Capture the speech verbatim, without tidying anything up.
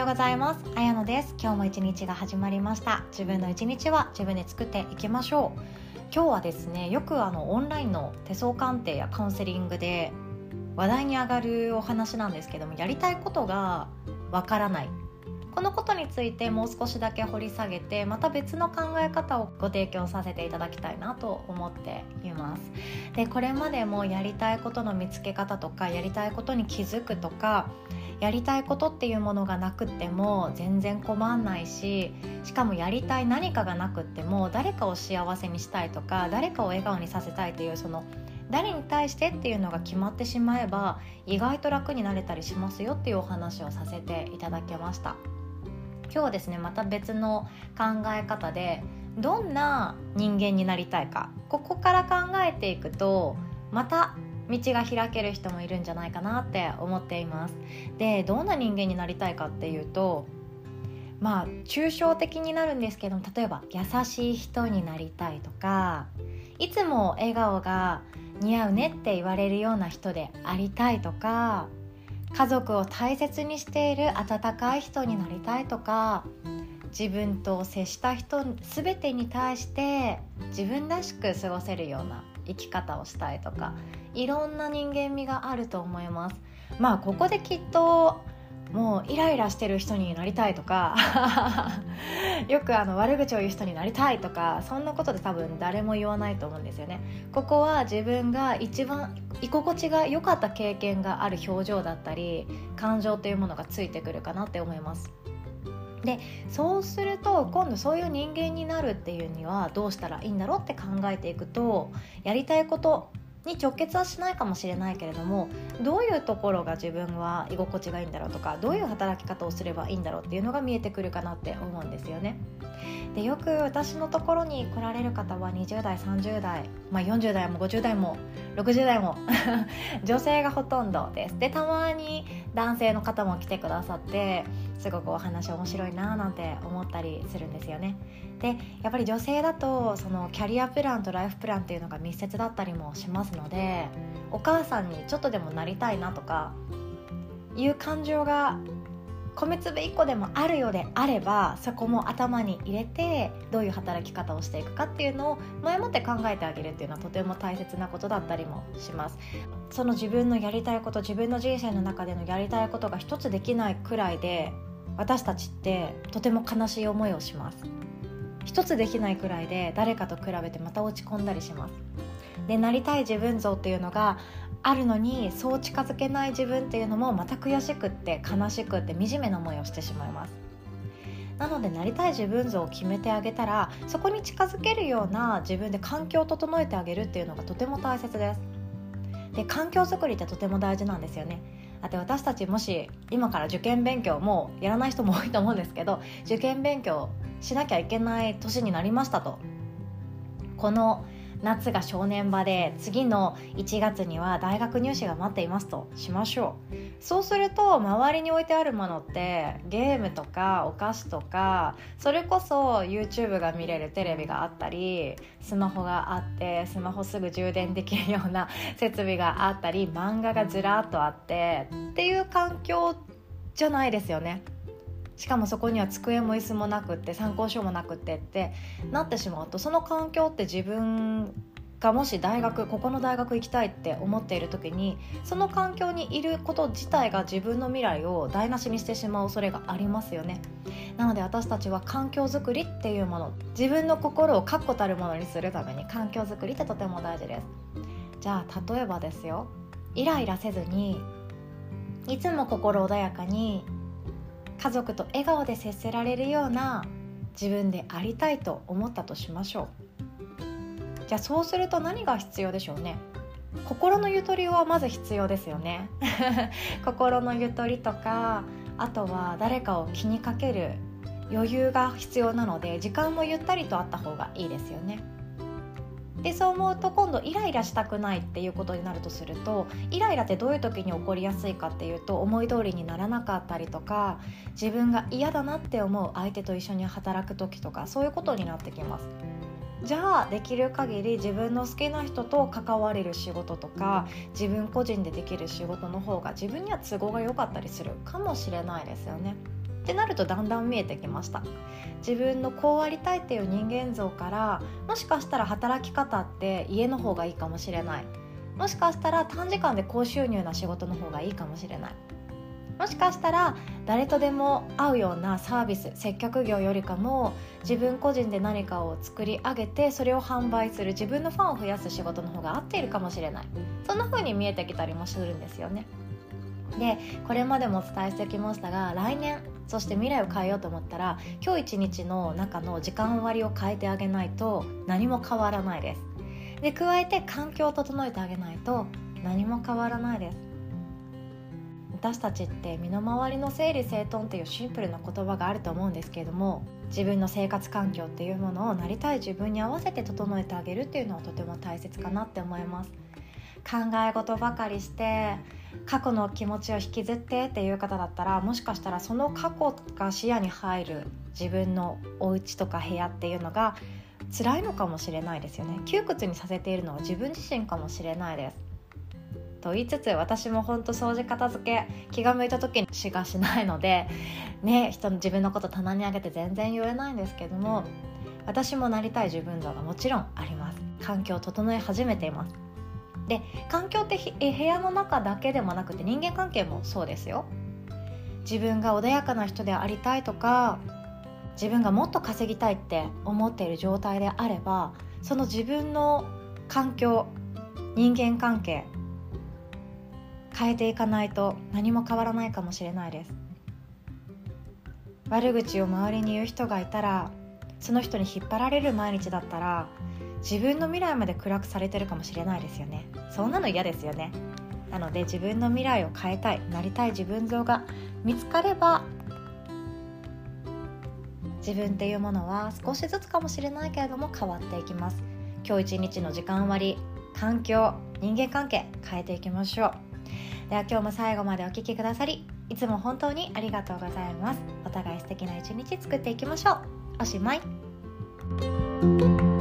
ようございます。あやのです。今日も一日が始まりました。自分の一日は自分で作っていきましょう。今日はですね、よくあのオンラインの手相鑑定やカウンセリングで話題に上がるお話なんですけども、やりたいことがわからない、このことについてもう少しだけ掘り下げて、また別の考え方をご提供させていただきたいなと思っています。で、これまでもやりたいことの見つけ方とか、やりたいことに気づくとか、やりたいことっていうものがなくっても全然困んないし、しかもやりたい何かがなくっても誰かを幸せにしたいとか、誰かを笑顔にさせたいという、その誰に対してっていうのが決まってしまえば意外と楽になれたりしますよっていうお話をさせていただきました。今日はですね、また別の考え方で、どんな人間になりたいか、ここから考えていくとまた道が開ける人もいるんじゃないかなって思っています。で、どんな人間になりたいかっていうと、まあ抽象的になるんですけども、例えば優しい人になりたいとか、いつも笑顔が似合うねって言われるような人でありたいとか、家族を大切にしている温かい人になりたいとか、自分と接した人全てに対して自分らしく過ごせるような生き方をしたいとか、いろんな人間味があると思います。まあここできっともうイライラしてる人になりたいとかよくあの悪口を言う人になりたいとか、そんなことで多分誰も言わないと思うんですよね。ここは自分が一番居心地が良かった経験がある表情だったり感情というものがついてくるかなって思います。で、そうすると今度そういう人間になるっていうにはどうしたらいいんだろうって考えていくと、やりたいことに直結はしないかもしれないけれども、どういうところが自分は居心地がいいんだろうとか、どういう働き方をすればいいんだろうっていうのが見えてくるかなって思うんですよね。で、よく私のところに来られる方はにじゅう代さんじゅう代、まあ、よんじゅう代もごじゅう代もろくじゅう代も女性がほとんどです。で、たまに男性の方も来てくださって、すごくお話面白いななんて思ったりするんですよね。で、やっぱり女性だとそのキャリアプランとライフプランっていうのが密接だったりもしますので、お母さんにちょっとでもなりたいなとかいう感情が米粒いっこでもあるようであれば、そこも頭に入れてどういう働き方をしていくかっていうのを前もって考えてあげるっていうのはとても大切なことだったりもします。その自分のやりたいこと、自分の人生の中でのやりたいことが一つできないくらいで、私たちってとても悲しい思いをします。一つできないくらいで誰かと比べてまた落ち込んだりします。で、なりたい自分像っていうのがあるのに、そう近づけない自分っていうのもまた悔しくって悲しくって惨めな思いをしてしまいます。なので、なりたい自分像を決めてあげたら、そこに近づけるような自分で環境を整えてあげるっていうのがとても大切です。で、環境づくりってとても大事なんですよね。だって私たちもし今から受験勉強もやらない人も多いと思うんですけど、受験勉強しなきゃいけない年になりましたと。この夏が正念場で、次のいちがつには大学入試が待っていますとしましょう。そうすると周りに置いてあるものってゲームとかお菓子とか、それこそ YouTube が見れるテレビがあったり、スマホがあって、スマホすぐ充電できるような設備があったり、漫画がずらっとあってっていう環境じゃないですよね。しかもそこには机も椅子もなくって参考書もなくってってなってしまうと、その環境って自分がもし大学、ここの大学行きたいって思っている時に、その環境にいること自体が自分の未来を台無しにしてしまう恐れがありますよね。なので私たちは環境づくりっていうもの、自分の心を確固たるものにするために環境づくりってとても大事です。じゃあ例えばですよ、イライラせずにいつも心穏やかに家族と笑顔で接せられるような自分でありたいと思ったとしましょう。じゃあそうすると何が必要でしょうね。心のゆとりはまず必要ですよね心のゆとりとか、あとは誰かを気にかける余裕が必要なので、時間もゆったりとあった方がいいですよね。で、そう思うと今度イライラしたくないっていうことになるとすると、イライラってどういう時に起こりやすいかっていうと、思い通りにならなかったりとか、自分が嫌だなって思う相手と一緒に働く時とか、そういうことになってきます。じゃあできる限り自分の好きな人と関われる仕事とか、自分個人でできる仕事の方が自分には都合が良かったりするかもしれないですよね。 ってなるとだんだん見えてきました。自分のこうありたいっていう人間像から、もしかしたら働き方って家の方がいいかもしれない、もしかしたら短時間で高収入な仕事の方がいいかもしれない、もしかしたら誰とでも会うようなサービス接客業よりかも自分個人で何かを作り上げてそれを販売する自分のファンを増やす仕事の方が合っているかもしれない、そんな風に見えてきたりもするんですよね。でこれまでもお伝えしてきましたが、来年そして未来を変えようと思ったら今日一日の中の時間割を変えてあげないと何も変わらないです。で加えて環境を整えてあげないと何も変わらないです。私たちって身の回りの整理整頓っていうシンプルな言葉があると思うんですけれども、自分の生活環境っていうものをなりたい自分に合わせて整えてあげるっていうのはとても大切かなって思います。考え事ばかりして過去の気持ちを引きずってっていう方だったら、もしかしたらその過去が視野に入る自分のお家とか部屋っていうのが辛いのかもしれないですよね。窮屈にさせているのは自分自身かもしれないです。と言いつつ、私も本当掃除片付け気が向いた時にしかしないのでね、人の自分のこと棚に上げて全然言えないんですけども、私もなりたい自分像がもちろんあります。環境を整え始めています。で環境って部屋の中だけでもなくて人間関係もそうですよ。自分が穏やかな人でありたいとか、自分がもっと稼ぎたいって思っている状態であれば、その自分の環境、人間関係変えていかないと何も変わらないかもしれないです。悪口を周りに言う人がいたら、その人に引っ張られる毎日だったら自分の未来まで暗くされてるかもしれないですよね。そんなの嫌ですよね。なので自分の未来を変えたい、なりたい自分像が見つかれば、自分っていうものは少しずつかもしれないけれども変わっていきます。今日一日の時間割、環境、人間関係変えていきましょう。では今日も最後までお聞きくださりいつも本当にありがとうございます。お互い素敵な一日作っていきましょう。おしまい。